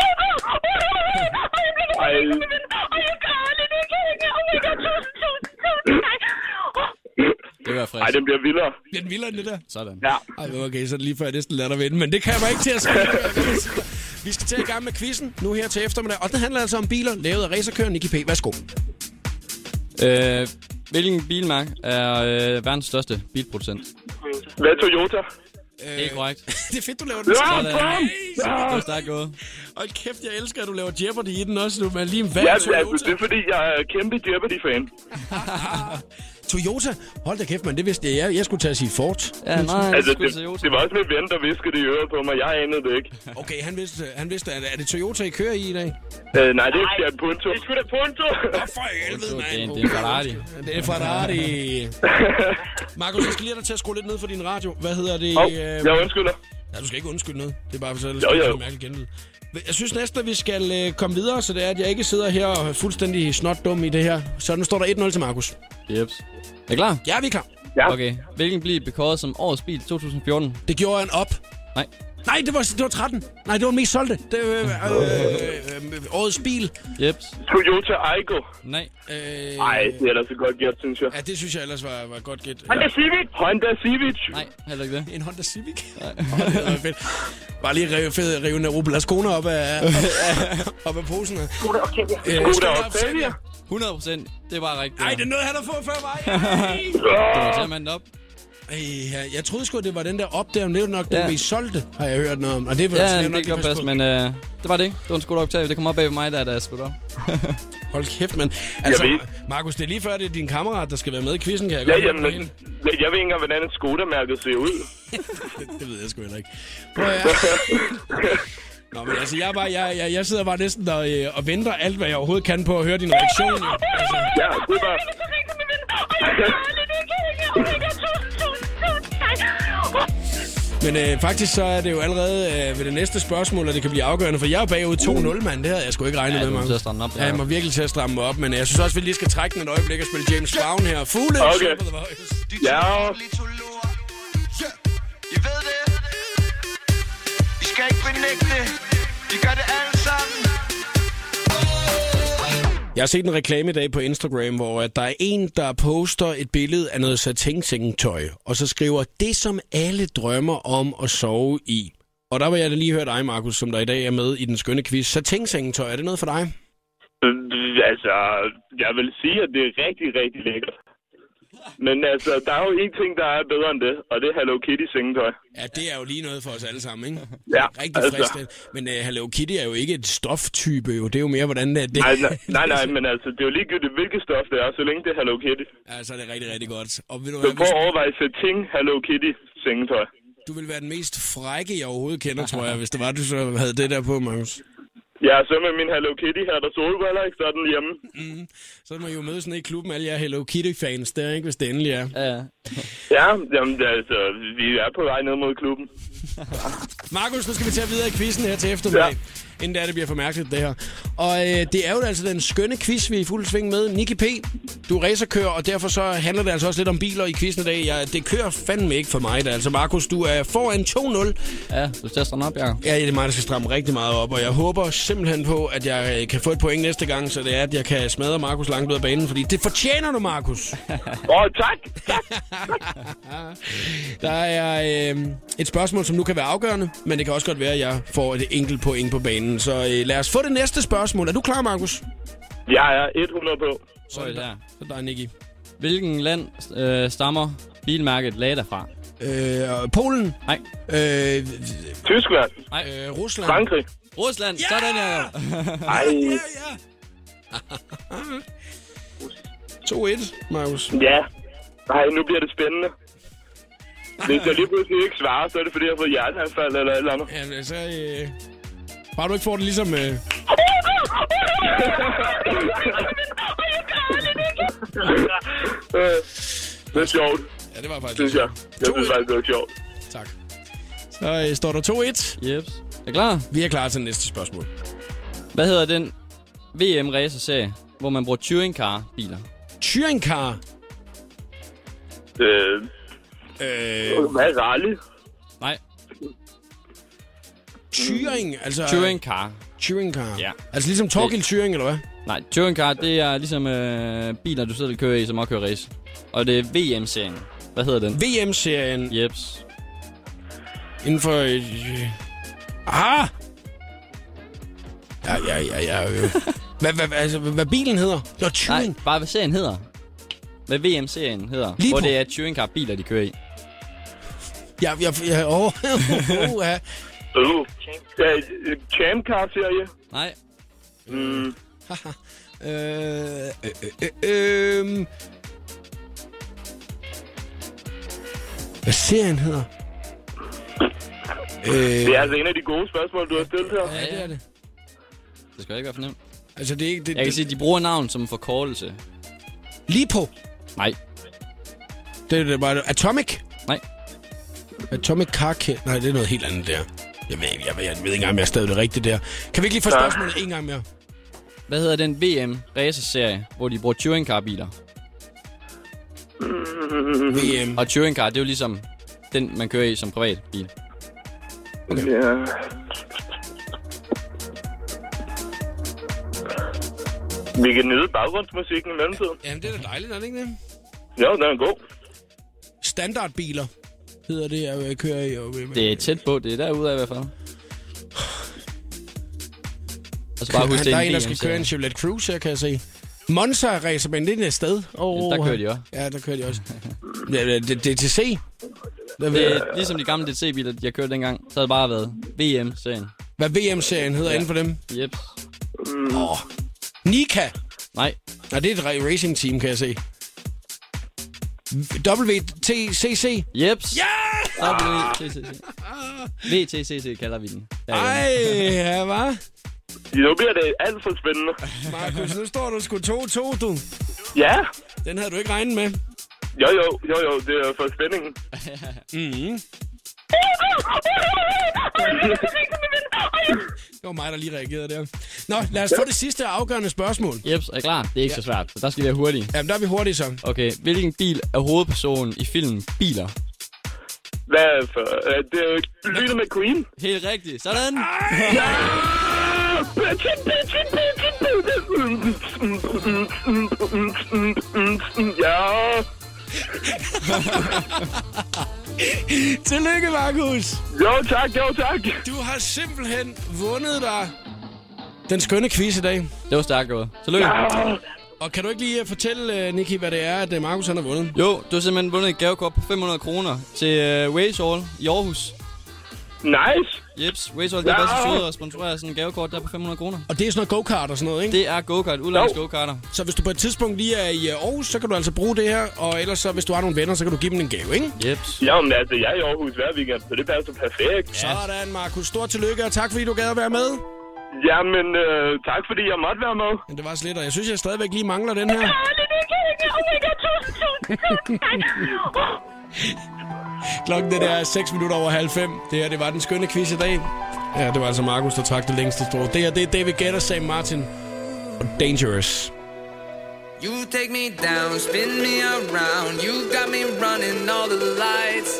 Ej. Det var frisk. Ej, den bliver vildere. Bliver den vildere end det der? Sådan. Ja. Ej, okay, så er det lige før jeg næsten lader dig vinde, men det kan jeg mig ikke til at sige. Vi skal til i gang med quizzen nu her til eftermiddag, og den handler altså om biler, lavet af racerkører Nicky P. Værsgo. Øh, hvilken bilmærke er øh, verdens største bilproducent? Hvad er Toyota? Øh, det er korrekt. Det er fedt, du laver den. Ja, sådan. Det er stærkt gået. Hold kæft, jeg elsker, at du laver Jeopardy i den også. Du er lige en vand ja, Toyota. Altså, det er fordi, jeg er kæmpe Jeopardy-fan. Toyota? Hold da kæft, man. Det vidste jeg. Jeg, jeg skulle tage at sige Ford. Ja, nej, altså, det, det var også min ven, der viskede det i øret på mig. Jeg anede det ikke. Okay, han vidste, han vidste at er det Toyota, I kører i i dag? Øh, nej, det er en Punto. Det er sgu da Punto. Nå, for helvede, mand. Det er Ferrari. Det er Ferrari. Markus, jeg skal lige have dig til at skrue lidt ned for din radio. Hvad hedder det? Oh, jeg undskylder. Ja, du skal ikke undskylde noget. Det er bare for så, det er mærkeligt genlyd. Jeg synes næsten, at vi skal øh, komme videre, så det er, at jeg ikke sidder her og er fuldstændig snot-dum i det her. Så nu står der et nul til Markus. Jeps. Er I klar? Ja, vi er klar. Ja. Okay. Hvilken blev bekåret som årets bil to tusind fjorten? Det gjorde han op. Nej. Nej, det var, det var tretten. Nej, det var den mest solgte. Det var øh, øh, øh, årets bil. Jeps. Toyota Aygo. Nej. Øh, Nej, det er ellers et godt gæt, synes jeg. Ja, det synes jeg ellers var, var et godt gæt. Honda Civic. Honda Civic. Nej, heller ikke det. En Honda Civic? Nej. Oh, det var fedt. Bare lige rive, fed, rive en Opel Ascona op af, op af posen. Skoda Octavia. Øh, Skoda Octavia. hundrede procent. Det var rigtigt. Ej, det er noget, han har fået før mig. Det var til at mande op. Ej, jeg, jeg troede sgu, det var den der op der, men det er nok den ja. mest solgte, har jeg hørt noget om. Og det var, ja, det, det kan godt passe, men øh, det var det ikke. Det var en Skoda Octavia. Det kom op bag ved mig, der, da jeg sluttede op. Hold kæft, mand. Altså, Markus, det er lige før, det er din kammerat, der skal være med i quizzen, kan jeg ja, godt jamen, jeg, jeg ved ikke engang, hvordan et Skoda-mærke ser ud. det, det ved jeg sgu heller ikke. Prøv at Nå, men altså, jeg, er bare, jeg, jeg, jeg sidder bare næsten og, øh, og venter alt, hvad jeg overhovedet kan på at høre din reaktion. Jo. Altså. Ja, det er bare... Men øh, faktisk så er det jo allerede øh, ved det næste spørgsmål, at det kan blive afgørende, for jeg er bagud to nul, mand. Det havde jeg sgu ikke regnet ja, med, mig. Ja, ja, jeg må virkelig til at stramme mig op, men jeg synes også, vi lige skal trække den et øjeblik og spille James Brown her. Fugle, okay. Ja. skal ikke benægte. Vi gør det alle sammen. Jeg har set en reklame i dag på Instagram, hvor der er en, der poster et billede af noget satin-sengetøj, og så skriver, det som alle drømmer om at sove i. Og der vil jeg da lige høre dig, Markus, som der i dag er med i den skønne quiz. Satin-sengetøj, er det noget for dig? Øh, altså, jeg vil sige, at det er rigtig, rigtig lækkert. Men altså, der er jo en ting, der er bedre end det, og det er Hello Kitty-sengetøj. Ja, det er jo lige noget for os alle sammen, ikke? Ja, rigtig altså. fristende. Men uh, Hello Kitty er jo ikke et stoftype, jo. Det er jo mere, hvordan det er. Det. Nej, nej, nej, nej, men altså, det er jo ligegyldigt, hvilket stof det er, så længe det er Hello Kitty. Ja, så er det rigtig, rigtig godt. Og ved du, så hvad, prøv hvis... at overveje satin Hello Kitty-sengetøj. Du vil være den mest frække, jeg overhovedet kender, tror jeg, hvis det var, du så havde det der på, Markus. Ja, så med min Hello Kitty her, der solbriller, ikke? Så er den hjemme. Mm. Så må I jo mødes nede i klubben, alle jer Hello Kitty-fans der, ikke? Hvis det endelig er. Ja, ja jamen, altså, vi er på vej ned mod klubben. Markus, nu skal vi tage videre i quizzen her til eftermiddag. Ja. Inden der, det bliver for mærkeligt, det her. Og øh, det er jo altså den skønne quiz, vi er i fuld sving med. Nicky P, du er racerkører, og derfor så handler det altså også lidt om biler i quizzen i dag. Ja, det kører fandme ikke for mig, der. Altså, Markus, du er foran to nul. Ja, du skal stramme op, Jacob. Ja, det er mig, der skal stramme rigtig meget op, og jeg håber simpelthen på, at jeg kan få et point næste gang, så det er, at jeg kan smadre Markus langt ud af banen, fordi det fortjener du, Markus. Åh, oh, tak! tak. Der er øh, et spørgsmål, som nu kan være afgørende, men det kan også godt være, at jeg får et enkelt point på banen. Så øh, lad os få det næste spørgsmål. Er du klar, Markus? Jeg er hundrede på. Så er det der. Så der er Nicky. Hvilken land øh, stammer bilmærket Lada fra? Øh, Polen? Nej. Øh, Tyskland? Nej. Øh, Rusland? Frankrig? Rusland? Ja! Sådan er Ej. Ja, ja. to et, Markus. Ja. Nej, nu bliver det spændende. Hvis jeg lige pludselig ikke svarer, så er det fordi, jeg har fået hjerteanfald eller et eller andet. Ja, så... Øh... Bare du ikke får det ligesom... Øh... Det er sjovt. Ja, det var faktisk synes jeg. Jeg synes faktisk, det var sjovt. Tak. Så øh, står der to et. Jeps. Er klar? Vi er klar til næste spørgsmål. Hvad hedder den V M-racerserie, hvor man bruger touring car biler? Touring car? Øh... Øh... Hvad er rally? Nej. Touring, altså... Touring car. Touring car? Ja. Altså ligesom Torgild Touring, eller hvad? Nej, touring car, det er ligesom øh, biler, du selv kører i, som også kører race. Og det er V M-serien. Hvad hedder den? V M-serien? Jeps. Inden for... Øh... Ah! Ja, ja, ja, ja. Øh. hvad, hvad, altså, hvad bilen hedder? Nå, Touring. Nej, bare hvad serien hedder. Hvad V M-serien hedder. Lige hvor på. det er touring car biler, de kører i. Ja, ja, ja, åh, oh, oh, ja. Uh, Champ Car-serie? Nej. Mm. øh, øh, øh, øh, øh. Hvad serien hedder? Øh. Det er altså en af de gode spørgsmål, du har stillet her. Ja, det er det. Det skal ikke være fornemt. Altså, det er ikke... Det, Jeg kan det... sige, at de bruger navn som forkortelse. Lige på? Nej. Det er det bare... Atomic? Nej. Atomic Car Kit? Nej, det er noget helt andet der. Jeg ved, jeg, jeg, jeg ved ikke engang, om jeg har stadig det rigtigt der. Kan vi ikke lige få spørgsmålet en gang mere? Hvad hedder den V M-racerserie, hvor de bruger touring car biler? V M. Og touring car, det er jo ligesom den, man kører i som privat bil. Okay. Ja. Vi kan nyde baggrundsmusikken i mellemtiden. Jamen, det er da dejligt, er det ikke det? Jo, den er god. Standardbiler hedder det, jeg kører i. Og... Det er tæt på, det er derude af i hvert fald. Og så bare husk, der er en, der skal køre en Chevrolet Cruze her, kan jeg se. Monza racerbanen, det er et sted. Oh, ja, der kører de også. Ja, der kører de også. Ja, det, det er til C. Det er ligesom de gamle D T C-biler, de har kørt dengang. Så har det bare været V M-serien. Hvad V M-serien hedder ja. Inden for dem? Yep. Mm. Oh. Nika? Nej. Nej, det er et racing team, kan jeg se. W T C C? Jeps. Ja! W T C C. V T C C kalder vi den. Ja, ej, ja, hva'? Nu bliver det alt for spændende. Markus, nu står du sgu to to, du. Ja. Den havde du ikke regnet med. Jo, jo, jo, jo, det er for spændingen. Mhm. Det var mig, der lige reagerede der. Nå, lad os få det sidste afgørende spørgsmål. Jeps, er I klar? Det er ikke ja. så svært, så der skal vi være hurtige. Jamen, der er vi hurtige så. Okay, hvilken bil er hovedpersonen i filmen Biler? Hvad Hvad for? Uh, det er Lyne McQueen. Helt rigtigt. Sådan. Ja! Bitchin, bitchin, bitchin, ja! Tillykke, Markus. Jo, tak, jo, tak. Du har simpelthen vundet dig den skønne quiz i dag. Det var stærkt gået. Tillykke. Ja. Og kan du ikke lige fortælle, Nicky, hvad det er, at Markus han har vundet? Jo, du har simpelthen vundet et gavekort på fem hundrede kroner til uh, Waze Hall i Aarhus. Nice. Jeps, Waze Hall, det er bare så sødt at sponsorere sådan en gavekort der på fem hundrede kroner. Og det er sådan noget go-kart og sådan noget, ikke? Det er go-kart, udlands go-karter. Så hvis du på et tidspunkt lige er i Aarhus, så kan du altså bruge det her. Og ellers så, hvis du har nogle venner, så kan du give dem en gave, ikke? Jeps. Jamen altså, jeg er i Aarhus hver weekend, så det passer perfekt. Ja. Sådan, Markus. Stort tillykke, og tak fordi du gad at være med. Jamen, øh, tak fordi jeg måtte være med. Men det var slet, og jeg synes, jeg stadigvæk lige mangler den her. Klokken det der er seks minutter over halv fem. Det her, det var den skønne quiz i dag. Ja, det var altså Markus, der trak det længste strå. Det her, det er David Guetta, Sam Martin og Dangerous. You take me down, spin me around. You got me running all the lights.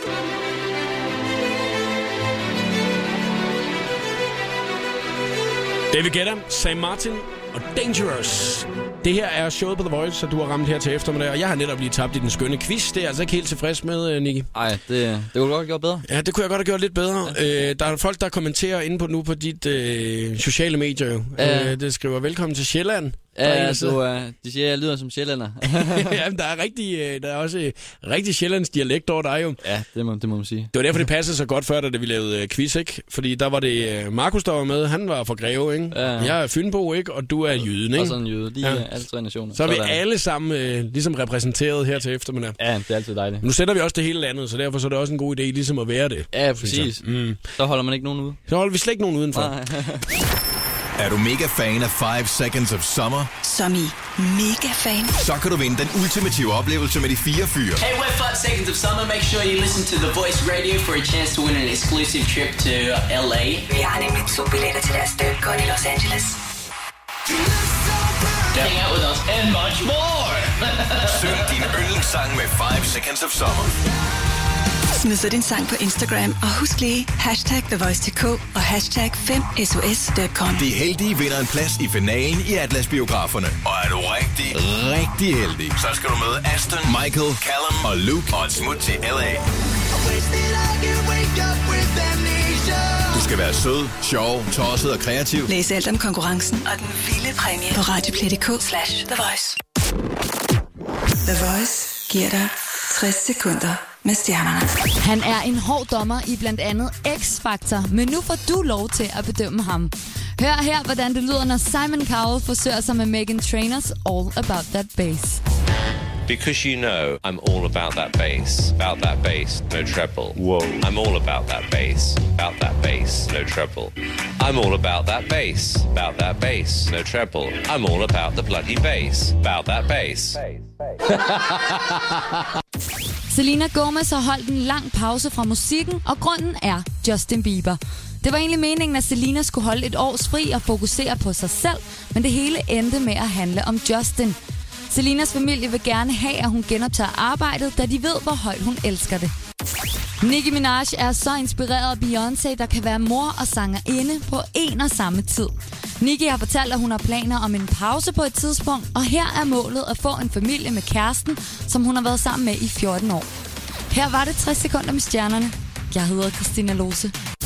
David Guetta, Sam Martin og Dangerous. Det her er showet på The Voice, så du har ramt her til eftermiddag. Og jeg har netop lige tabt i den skønne quiz. Det er jeg altså ikke helt tilfreds med, Nicky. Nej, det, det kunne du godt have gjort bedre. Ja, det kunne jeg godt have gjort lidt bedre. Ja. Øh, der er folk, der kommenterer inde på nu på dit øh, sociale medier. Jo. Ja. Øh, det skriver, velkommen til Sjælland. Ja, ja, så, uh, de siger, at jeg lyder som sjællander. Jamen, der er, rigtig, der er også uh, rigtig sjællands dialekt over dig jo. Ja, det må, det må man sige. Det var derfor, det passede så godt før, da vi lavede uh, quiz, ikke? Fordi der var det uh, Markus, der var med. Han var fra Greve, ikke? Ja. Jeg er Fynbo, ikke? Og du er jyden, ikke? Og sådan en jyde. De er ja. alle tre nationer. Så er vi sådan. alle sammen uh, ligesom repræsenteret her til eftermiddag. Ja, det er altid dejligt. Nu sætter vi også det hele landet, så derfor så er det også en god idé ligesom at være det. Ja, præcis. Mm. Så holder man ikke nogen ude. Så holder vi slet ikke nogen udenfor. Er du mega fan af five Seconds of Summer? Som i mega fan. Så kan du vinde den ultimative oplevelse med de fire fyre. Hey, we're five Seconds of Summer. Make sure you listen to The Voice Radio for a chance to win an exclusive trip to L A. Vi har nemlig to billetter til deres døbkort i Los Angeles. Hang out with us and much more. Syng din yndlingssang med five Seconds of Summer. Smid så din sang på Instagram, og husk lige hashtag The Voice to K og hashtag fem S O S punktum com. De heldige vinder en plads i finalen i Atlas-biograferne. Og er du rigtig, rigtig heldig, så skal du møde Aston, Michael, Callum og Luke og et smut til L A. Du skal være sød, sjov, tosset og kreativ. Læs alt om konkurrencen og den vilde præmie på radioplay punktum d k slash The Voice. The Voice giver dig tres sekunder med stjernerne. Han er en hård dommer i blandt andet X-Factor, men nu får du lov til at bedømme ham. Hør her, hvordan det lyder, når Simon Cowell forsøger sig med Meghan Trainor's All About That Bass. Because you know I'm all about that bass, about that bass, no treble. Whoa. I'm all about that bass, about that bass, no treble. I'm all about that bass, about that bass, no treble. I'm all about the bloody bass, about that bass. Selena Gomez har holdt en lang pause fra musikken, og grunden er Justin Bieber. Det var egentlig meningen, at Selena skulle holde et års fri og fokusere på sig selv, men det hele endte med at handle om Justin. Selenas familie vil gerne have, at hun genoptager arbejdet, da de ved, hvor højt hun elsker det. Nicki Minaj er så inspireret af Beyoncé, der kan være mor og sangerinde på en og samme tid. Nicki har fortalt, at hun har planer om en pause på et tidspunkt, og her er målet at få en familie med kæresten, som hun har været sammen med i fjorten år. Her var det tres sekunder med stjernerne. Jeg hedder Christina Lose.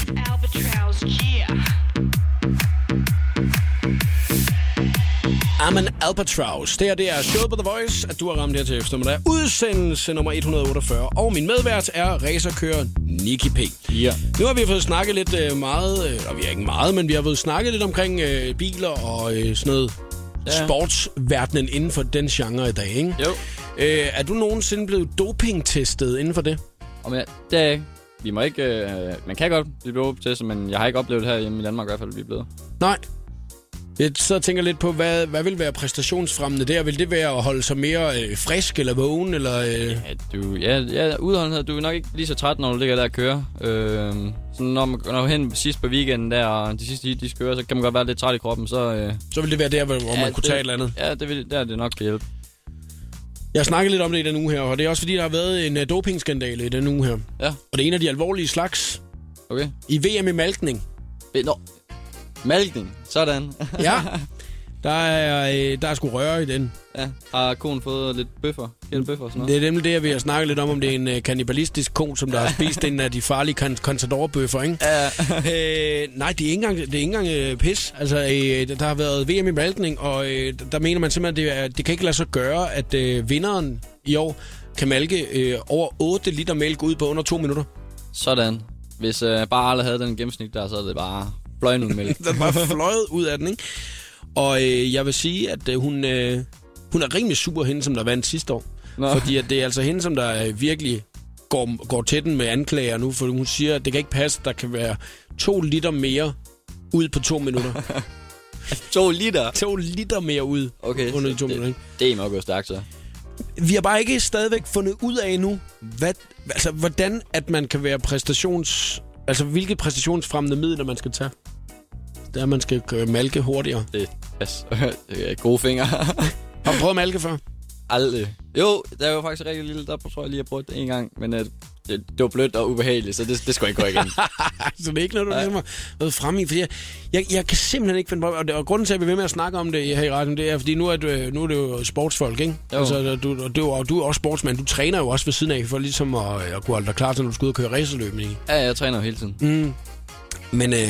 I'm an Albatross. Det her, det er showet på The Voice, at du har ramt her til eftermiddag. Udsendelse nummer et hundrede otteogfyrre. Og min medvært er racerkører Nicky P. Ja. Nu har vi fået snakket lidt øh, meget, øh, og vi er ikke meget, men vi har fået snakket lidt omkring øh, biler og øh, sådan noget ja. sportsverdenen inden for den genre i dag, ikke? Jo. Øh, er du nogensinde blevet dopingtestet inden for det? Om jeg, det er ikke. Vi må ikke... Øh, man kan godt blive dopingtestet, men jeg har ikke oplevet det her hjemme i Danmark i hvert fald, at vi er blevet. Nej. Jeg så tænker lidt på, hvad, hvad vil være præstationsfremmende der? Vil det være at holde sig mere øh, frisk eller vågen? Eller, øh? Ja, du, ja, ja, udholdenhed. Du er nok ikke lige så træt, når du ligger der og kører. Øh, så når man går hen sidst på weekenden der, og de sidste de skal køre, så kan man godt være lidt træt i kroppen. Så, øh, så vil det være der, hvor ja, man kunne det, tage et eller andet? Ja, det vil, der er det nok hjælpe. Jeg har snakket lidt om det i den uge her, og det er også fordi, der har været en uh, dopingskandale i den uge her. Ja. Og det er en af de alvorlige slags. Okay. I V M i malkning. Nå, malkning. Sådan. Ja. Der er, der er sgu røre i den. Ja, har konen fået lidt bøffer? Lidt bøffer og sådan noget? Det er nemlig det, jeg vil have snakket lidt om, om det er en uh, kannibalistisk kon, som der har spist en af de farlige contador-bøffer, ikke? Ja. øh, nej, det er ikke engang, det er ikke engang uh, pis. Altså, øh, der har været V M i malkning, og øh, der mener man simpelthen, at det, det kan ikke lade sig gøre, at øh, vinderen i år kan malke øh, over otte liter mælk ud på under to minutter. Sådan. Hvis øh, bare alle havde den gennemsnit der, så er det bare fløjen ud mælk. Den var fløjet ud af den, ikke? Og øh, jeg vil sige, at øh, hun, øh, hun er rimelig super hende, som der vandt sidste år. Nå. Fordi at det er altså hende, som der øh, virkelig går, går til den med anklager nu. For hun siger, at det kan ikke passe, der kan være to liter mere ud på to minutter. to liter? To liter mere ud okay, under de to det, minutter, ikke? Det er nok gå stærkt, så. Vi har bare ikke stadigvæk fundet ud af nu, hvad, altså, hvordan at man kan være præstations... Altså, hvilke præstationsfremmende midler man skal tage. Det er, at man skal malke hurtigere. Det, yes. det er gode fingre. Har du prøvet at malke før? Aldrig. Jo, der var faktisk rigtig lille. Der tror jeg lige, jeg prøvede det en gang. Men uh, det, det var blødt og ubehageligt, så det, det skulle ikke gå igen. Så det er ikke noget, du ligesom har været fremme i. Fordi jeg, jeg, jeg kan simpelthen ikke finde på... Og, det, og grunden til, at vi er ved med at snakke om det her i radioen, det er, fordi nu er, du, nu er det jo sportsfolk, ikke? Jo. Altså, du, og du, og du er også sportsmand. Du træner jo også ved siden af, for ligesom at, at kunne holde dig klar til, når du skal ud og køre racerløb, ikke? Ja, jeg træner jo hele tiden. Mm. Men... Øh,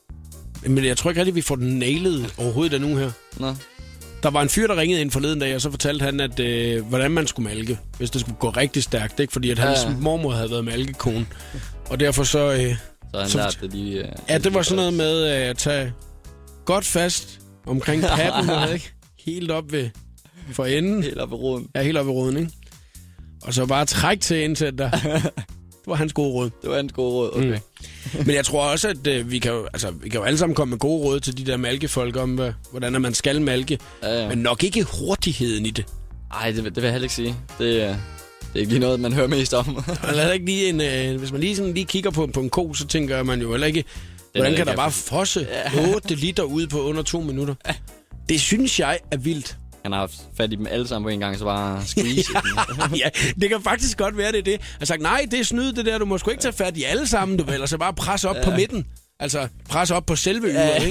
Men jeg tror ikke rigtig, vi får den nailet overhovedet den uge her. Nå. Der var en fyr, der ringede ind forleden dag, og så fortalte han, at øh, hvordan man skulle malke, hvis det skulle gå rigtig stærkt, ikke? Fordi at hans ja. mormor havde været malkekone. Og derfor så... Øh, så han så, lærte det lige... Øh, ja, det var sådan noget med øh, at tage godt fast omkring patten, og ikke? Helt op ved for enden. Helt op ved roden. Ja, helt op ved roden, ikke? Og så bare træk til indtil der. Det var hans gode råd. Det var hans gode råd, okay. Mm. Men jeg tror også, at øh, vi, kan jo, altså, vi kan jo alle sammen komme med gode råd til de der malkefolk om, hvad, hvordan man skal malke. Ja, ja. Men nok ikke hurtigheden i det. Nej, det, det vil jeg heller ikke sige. Det, det er ikke lige noget, man hører mest om. Eller ikke lige en, øh, hvis man lige, sådan, lige kigger på, på en ko, så tænker man jo heller ikke, hvordan kan der bare fosse ja. otte liter ud på under to minutter. Ja. Det synes jeg er vildt. Han har haft fat i dem alle sammen på en gang, så bare squeeze. Ja, det kan faktisk godt være, det er det. Jeg har sagt, nej, det er snyd, det der. Du må sgu ikke tage fat i alle sammen, du vil. Eller så bare presse op ja. på midten. Altså, presse op på selve yder, ja. ikke?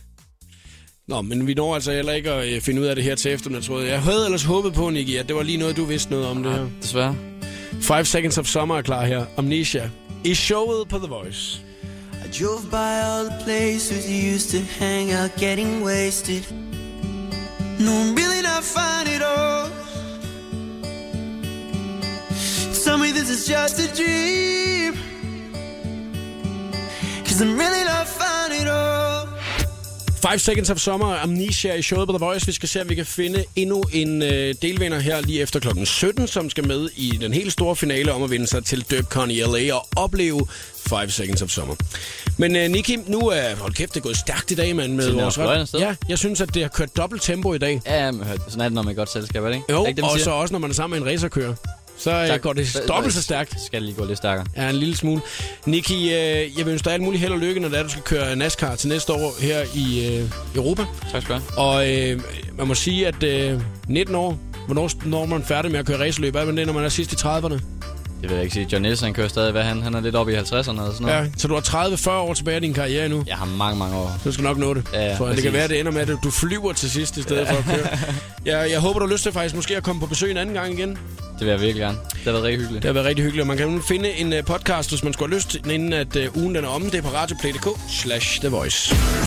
Nå, men vi når altså heller ikke at finde ud af det her til eftermiddag, tror jeg. Jeg havde ellers håbet på, Nicky, at det var lige noget, du vidste noget om det her. Desværre. Five Seconds of Summer er klar her. Amnesia. I showet på The Voice. I drove by all the places you used to hang out, getting wasted. No, I'm really not fine at all. Tell me this is just a dream, 'cause I'm really not fine at all. Five Seconds of Summer, Amnesia i showet på The Voice. Vi skal se, om vi kan finde endnu en øh, delvinder her lige efter klokken sytten, som skal med i den helt store finale om at vinde sig til Døbcon i L A og opleve Five Seconds of Summer. Men øh, Nicky, nu er hold kæft, det er gået stærkt i dag, mand, med vores ret. Ja, jeg synes, at det har kørt dobbelt tempo i dag. Ja, men sådan er det, når man er godt selskab, er det ikke? Jo, ikke det, og så også, når man er sammen med en racerkører. Så øh, går det dobbelt så stærkt. Skal det lige gå lidt stærkere. Ja, en lille smule. Nicky, øh, jeg vil ønske dig alt muligt held og lykke, når det er, du skal køre NASCAR til næste år her i øh, Europa. Tak skal du have. Og øh, man må sige, at øh, nitten år, hvornår når man færdig med at køre racerløb? Hvad er det, når man er sidst i trediverne? Det vil jeg ikke sige. John Nielsen kører stadig, hvad han, han er lidt oppe i halvtredserne eller sådan noget. Ja, så du har tredive til fyrre år tilbage i din karriere nu? Jeg har mange, mange år. Du skal nok nå det. Ja, så det kan være, at det ender med, at du flyver til sidst i stedet ja. for at køre. Jeg, jeg håber, du har lyst til faktisk måske at komme på besøg en anden gang igen. Det vil jeg virkelig gerne. Det har været rigtig hyggeligt. Det har været rigtig hyggeligt, og man kan finde en podcast, hvis man skulle have lyst, inden at uh, ugen den er omme. Det er på radioplay punktum d k slash The Voice.